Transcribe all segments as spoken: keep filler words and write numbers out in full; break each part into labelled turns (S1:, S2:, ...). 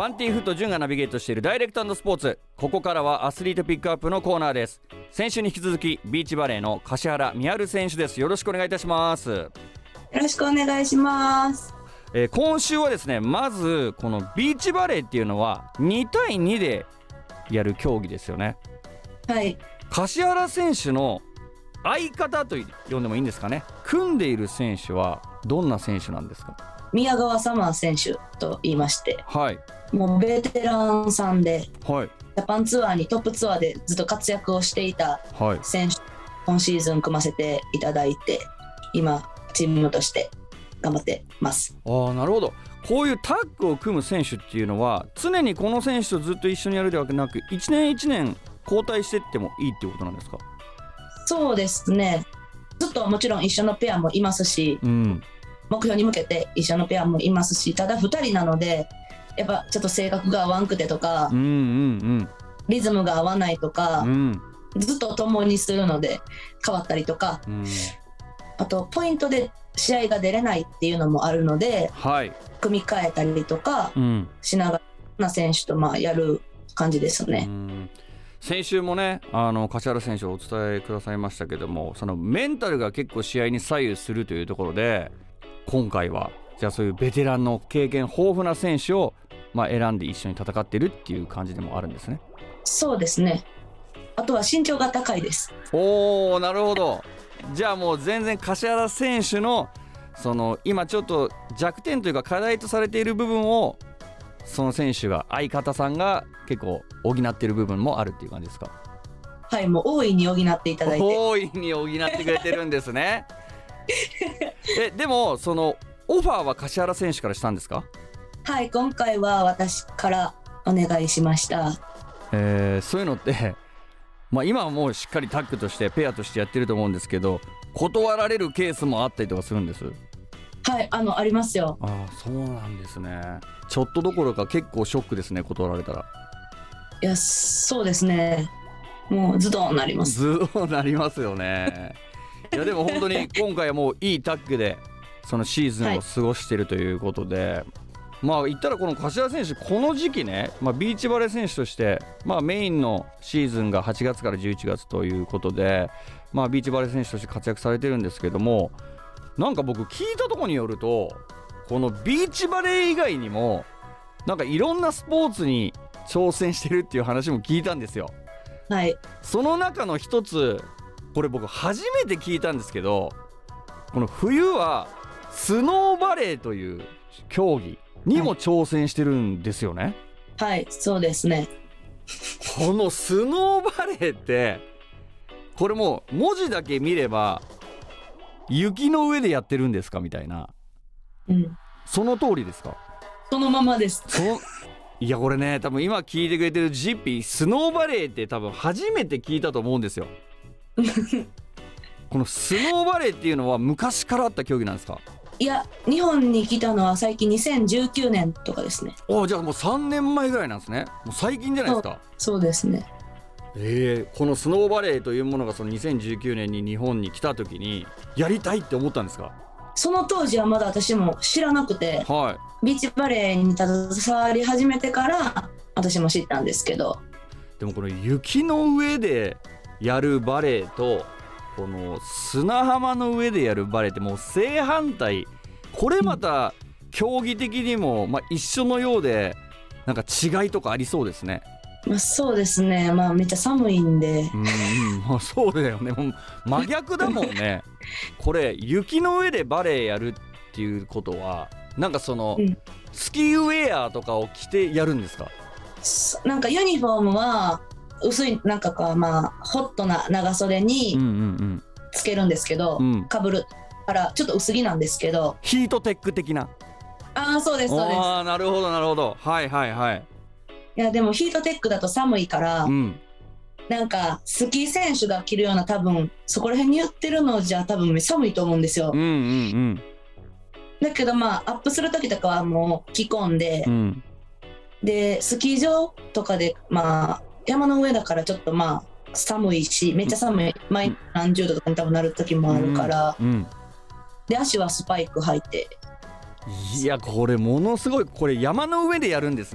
S1: バンティーフット潤がナビゲートしているダイレクト&スポーツ。ここからはアスリートピックアップのコーナーです。先週に引き続きビーチバレーの樫原美春選手です。よろしくお願いいたします。よ
S2: ろしくお願いします。
S1: えー、今週はですね、まずこのビーチバレーっていうのはにたいにでやる競技ですよね。
S2: はい。
S1: 樫原選手の相方と呼んでもいいんですかね。組んでいる選手はどんな選手なんですか？
S2: 宮川サマー選手と言いまして、
S1: はい、
S2: もうベテランさんで、
S1: はい、
S2: ジャパンツアーにトップツアーでずっと活躍をしていた選手、はい、今シーズン組ませていただいて、今チームとして頑張ってます。
S1: ああ、なるほど。こういうタッグを組む選手っていうのは常にこの選手とずっと一緒にやるではなく、いちねんいちねん交代していってもいいっていうことなんですか？
S2: そうですね。ずっともちろん一緒のペアもいますし、うん、目標に向けて一緒のペアもいますし、ただふたりなのでやっぱちょっと性格が合わんくてとか、うんうんうん、リズムが合わないとか、うん、ずっと共にするので変わったりとか、うん、あとポイントで試合が出れないっていうのもあるので、はい、組み替えたりとかしながら選手とまあやる感じですね。うん、
S1: 先週もね、あの樫原選手をお伝えくださいましたけども、そのメンタルが結構試合に左右するというところで、今回はじゃあそういうベテランの経験豊富な選手をまあ選んで一緒に戦ってるっていう感じでもあるんですね。
S2: そうですね。あとは身長が高いです。
S1: おー、なるほど。じゃあもう全然樫原選手のその今ちょっと弱点というか課題とされている部分をその選手が、相方さんが結構補っている部分もあるっていう感じですか？
S2: はい、もう大いに補っていただいて、
S1: 大いに補ってくれてるんですね。えでもそのオファーは樫原選手からしたんですか？
S2: はい、今回は私からお願いしました。
S1: えー、そういうのって、まあ、今はもうしっかりタッグとしてペアとしてやってると思うんですけど、断られるケースもあったりとかするんです？
S2: はい、あのありますよ。
S1: ああ、そうなんですね。ちょっとどころか結構ショックですね、断られたら。
S2: いや、そうですね。もうズドンなります。
S1: ズドンなりますよね。いやでも本当に今回はもういいタッグでそのシーズンを過ごしているということで、はい、まあ言ったらこの樫原選手この時期ね、まあ、ビーチバレー選手として、まあ、メインのシーズンがはちがつからじゅういちがつということで、まあ、ビーチバレー選手として活躍されてるんですけども、なんか僕聞いたところによると、このビーチバレー以外にもなんかいろんなスポーツに挑戦してるっていう話も聞いたんですよ。
S2: はい。
S1: その中の一つ、これ僕初めて聞いたんですけど、この冬はスノーバレーという競技にも挑戦してるんですよね。
S2: はい、はい、そうですね。
S1: このスノーバレーってこれもう文字だけ見れば雪の上でやってるんですかみたいな、うん、その通りですか？
S2: そのままです。
S1: そいやこれね、多分今聞いてくれてるジッピー、スノーバレーって多分初めて聞いたと思うんですよ。このスノーバレーっていうのは昔からあった競技なんですか？
S2: いや、日本に来たのは最近にせんじゅうきゅうねんとかですね。
S1: あ、じゃあもうさんねんまえぐらいなんですね。もう最近じゃないですか。
S2: そう、そうですね。
S1: えー、このスノーバレーというものがそのにせんじゅうきゅうねんに日本に来た時にやりたいって思ったんですか？
S2: その当時はまだ私も知らなくて、
S1: はい、
S2: ビーチバレーに携わり始めてから私も知ったんですけど、
S1: でもこの雪の上でやるバレーとこの砂浜の上でやるバレーってもう正反対。これまた競技的にもまあ一緒のようで、なんか違いとかありそうですね。
S2: まあ、そうですね。まあめっちゃ寒いんで、
S1: うん、うん、まあ、そうだよね。もう真逆だもんね。これ雪の上でバレーやるっていうことはなんかその、うん、スキーウェアとかを着てやるんですか？
S2: なんかユニフォームは薄い、なんかかまあホットな長袖につけるんですけど、うんうんうん、かぶるからちょっと薄着なんですけど、
S1: ヒートテック的な。
S2: ああ、そうですそうです。
S1: ああ、なるほどなるほど。はいはいはい。
S2: いやでもヒートテックだと寒いから、うん、なんかスキー選手が着るような、多分そこら辺に言ってるのじゃ多分寒いと思うんですよ。うんうんうん、だけどまあアップする時とかはもう着込んで、うん、でスキー場とかでまあ山の上だからちょっとまあ寒いし、めっちゃ寒い、マイ何十度とかに多分なる時もあるから、うんうん、で足はスパイク履いて。
S1: いやこれものすごい、これ山の上でやるんですね。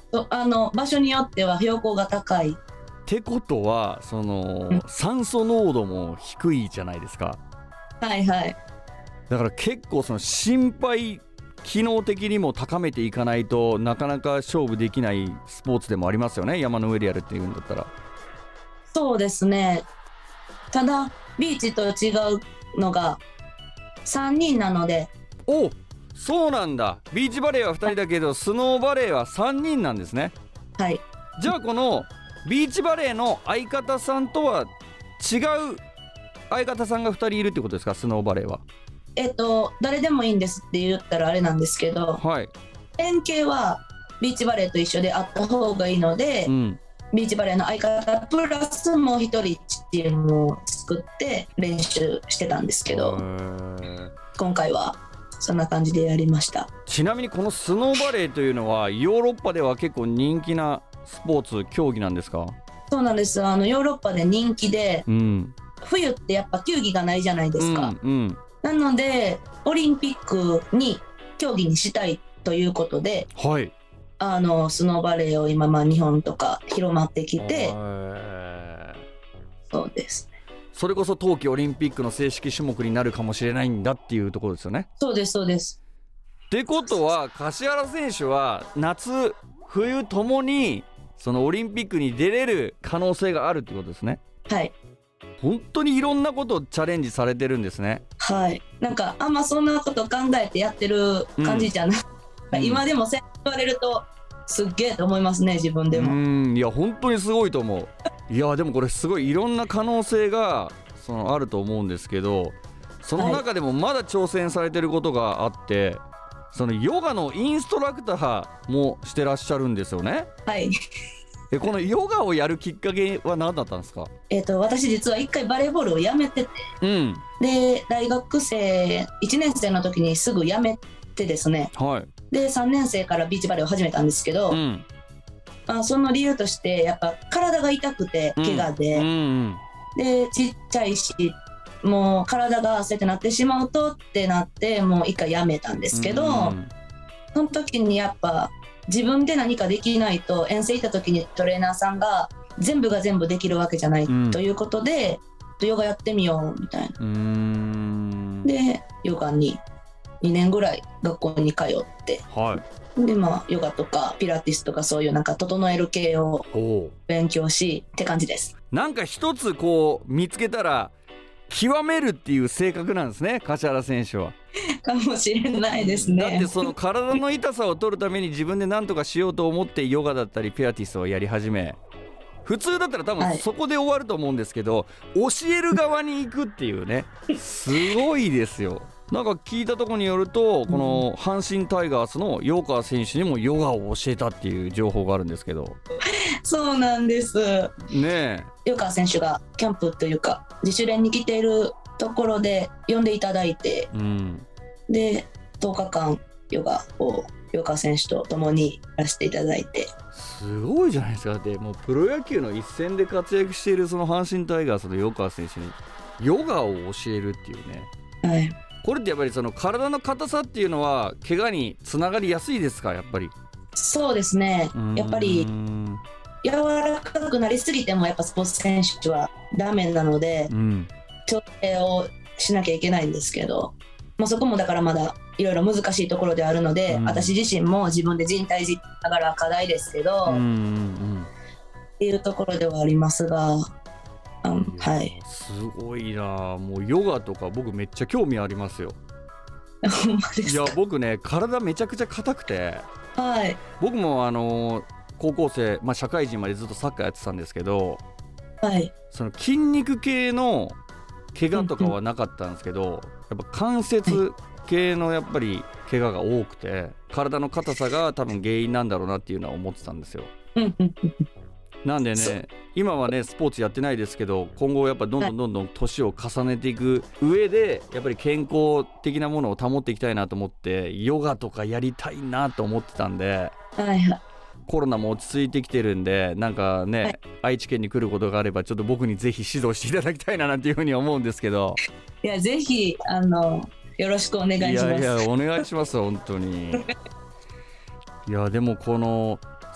S2: とあの場所によっては標高が高い。
S1: ってことはその、うん、酸素濃度も低いじゃないですか。
S2: はいはい。
S1: だから結構その心肺機能的にも高めていかないとなかなか勝負できないスポーツでもありますよね、山の上でやるっていうんだったら。
S2: そうですね。ただビーチと違うのがさんにんなので。
S1: お、そうなんだ。ビーチバレーはふたりだけどスノーバレーはさんにんなんですね。
S2: はい。
S1: じゃあこのビーチバレーの相方さんとは違う相方さんがふたりいるってことですか、スノーバレーは。
S2: えっと誰でもいいんですって言ったらあれなんですけど、
S1: はい、
S2: 連携はビーチバレーと一緒であった方がいいので、うん、ビーチバレーの相方プラスもう一人チームを作って練習してたんですけど、今回はそんな感じでやりました。
S1: ちなみにこのスノーバレーというのはヨーロッパでは結構人気なスポーツ競技なんですか？
S2: そうなんです。あのヨーロッパで人気で、うん、冬ってやっぱ球技がないじゃないですか、うんうん、なのでオリンピックに競技にしたいということで、はい、あのスノーバレーを今、まあ、日本とか広まってきて、そうですね。
S1: それこそ冬季オリンピックの正式種目になるかもしれないんだっていうところですよね。
S2: そうですそうです。
S1: ってことは柏原選手は夏冬ともにそのオリンピックに出れる可能性があるってことですね。
S2: はい。
S1: 本当にいろんなことをチャレンジされてるんですね。
S2: はい。なんかあんまそんなこと考えてやってる感じじゃない、うん、今でもそう言われるとすっげえと思いますね、自分でも。
S1: うん、いや本当にすごいと思う。いやでもこれすごいいろんな可能性がそのあると思うんですけど、その中でもまだ挑戦されてることがあって、はい、そのヨガのインストラクターもしてらっしゃるんですよね。
S2: はい。
S1: え、このヨガをやるきっかけは何だったんですか？
S2: えーと、私実は一回バレーボールをやめてて、うん、で大学生いちねん生の時にすぐやめてですね、はい、でさんねん生からビーチバレーを始めたんですけど、うん、まあ、その理由としてやっぱ体が痛くて怪我で、うんうんうん、でちっちゃいしもう体がそうやってなってしまうとってなってもう一回やめたんですけど、うんうん、その時にやっぱ自分で何かできないと、遠征行った時にトレーナーさんが全部が全部できるわけじゃない、うん、ということでヨガやってみようみたいな。うーんでヨガににねんぐらい学校に通って、はい、でまあヨガとかピラティスとかそういうなんか整える系を勉強しって感じです。
S1: なんか一つこう見つけたら極めるっていう性格なんですね、柏原選手は。
S2: かもしれないですね。
S1: だってその体の痛さを取るために自分で何とかしようと思ってヨガだったりピラティスをやり始め、普通だったら多分そこで終わると思うんですけど、はい、教える側に行くっていうね、すごいですよ。なんか聞いたところによると、この阪神タイガースの陽川選手にもヨガを教えたっていう情報があるんですけど。
S2: そうなんです
S1: ねえ。
S2: 陽川選手がキャンプというか自主練に来ているところで呼んでいただいて、うん、でとおかかんヨガを陽川選手と共にやらせていただいて。
S1: すごいじゃないですか。だってもうプロ野球の一戦で活躍しているその阪神タイガースの陽川選手にヨガを教えるっていうね、はい、これってやっぱりその体の硬さっていうのは怪我につながりやすいですか？やっぱり。
S2: そうですね、やっぱり柔らかくなりすぎてもやっぱスポーツ選手はダメなので、うん、調整をしなきゃいけないんですけど、もうそこもだからまだいろいろ難しいところであるので、うん、私自身も自分で人体実ながら課題ですけど、うんうんうん、っていうところではありますが、うん、はい。
S1: すごいな。もうヨガとか僕めっちゃ興味ありますよ。
S2: ほんまですか？
S1: いや僕ね体めちゃくちゃ硬くて、
S2: はい、
S1: 僕もあの高校生、まあ、社会人までずっとサッカーやってたんですけど、はい、その筋肉系の怪我とかはなかったんですけど、うんうん、やっぱ関節系のやっぱり怪我が多くて、体の硬さが多分原因なんだろうなっていうのは思ってたんですよ。なんでね、今はねスポーツやってないですけど、今後やっぱどんどんどんどん年を重ねていく上でやっぱり健康的なものを保っていきたいなと思ってヨガとかやりたいなと思ってたんで、はいはい、コロナも落ち着いてきてるんで、なんかね、はい、愛知県に来ることがあればちょっと僕にぜひ指導していただきたいななんていうふうに思うんですけど。
S2: いやぜひあのよろしくお願いします。
S1: いやいやお願いします本当に。いやでもこの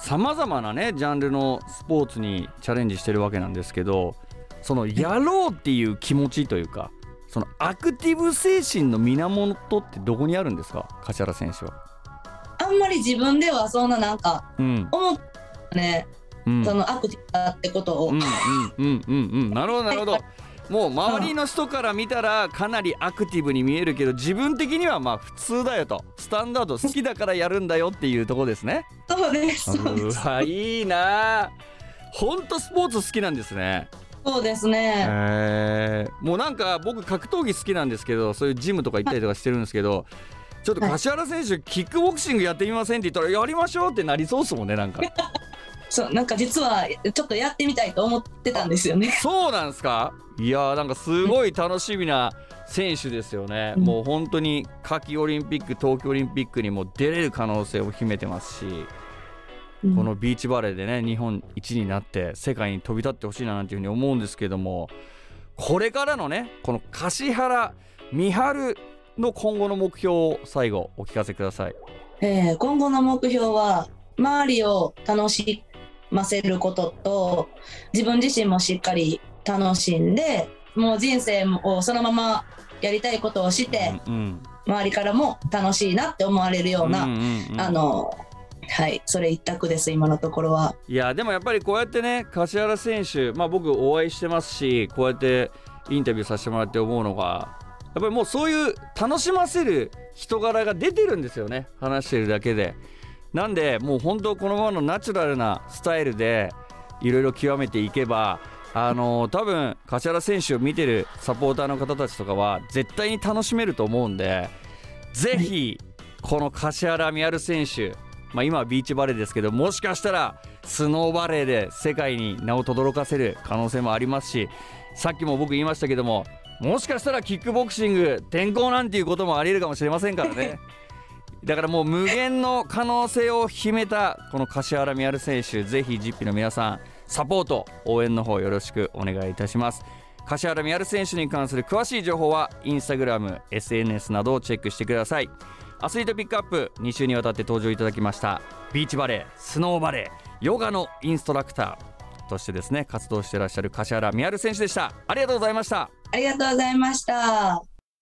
S1: さまざまなねジャンルのスポーツにチャレンジしてるわけなんですけど、そのやろうっていう気持ちというか、そのアクティブ精神の源ってどこにあるんですか、柏原選手は。
S2: あんまり自分ではそんななんか思ってね、うん、そのアクティブだってことを、うんうん
S1: うんうんうん、なるほどなるほど。もう周りの人から見たらかなりアクティブに見えるけど、自分的にはまあ普通だよと、スタンダード好きだからやるんだよっていうところですね。
S2: そうです、そうです。
S1: うわ、いいな、ほんとスポーツ好きなんですね。
S2: そうですね、
S1: えー、もうなんか僕格闘技好きなんですけど、そういうジムとか行ったりとかしてるんですけど、ちょっと柏原選手、はい、キックボクシングやってみませんって言ったらやりましょうってなりそうですもんね、なんか
S2: そうなんか実はちょっとやってみたいと思ってたんですよね。
S1: そうなんですか。いやー、なんかすごい楽しみな選手ですよね、うん、もう本当に夏季オリンピック、東京オリンピックにも出れる可能性を秘めてますし、うん、このビーチバレーでね日本一になって世界に飛び立ってほしいななんていうふうに思うんですけども、これからのねこの柏原美晴の今後の目標を最後お聞かせください。
S2: えー、今後の目標は周りを楽しませることと、自分自身もしっかり楽しんで、もう人生をそのままやりたいことをして、うんうん、周りからも楽しいなって思われるような、うんうんうん、あのはい、それ一択です今のところは。
S1: いやでもやっぱりこうやってね柏原選手、まあ、僕お会いしてますし、こうやってインタビューさせてもらって思うのが、やっぱりもうそういう楽しませる人柄が出てるんですよね、話してるだけで。なんでもう本当このままのナチュラルなスタイルでいろいろ極めていけば、あのー、多分柏原選手を見てるサポーターの方たちとかは絶対に楽しめると思うんで、ぜひこの柏原美晴選手、まあ、今はビーチバレーですけど、もしかしたらスノーバレーで世界に名を轟かせる可能性もありますし、さっきも僕言いましたけども、もしかしたらキックボクシング転向なんていうこともありえるかもしれませんからねだからもう無限の可能性を秘めたこの柏原美晴選手、ぜひジッピの皆さんサポート応援の方よろしくお願いいたします。柏原美晴選手に関する詳しい情報はインスタグラム、エスエヌエス などをチェックしてください。アスリートピックアップ、に週にわたって登場いただきましたビーチバレー、スノーバレー、ヨガのインストラクターとしてですね活動していらっしゃる柏原美晴選手でした。ありがとうございました。
S2: ありがとうございました。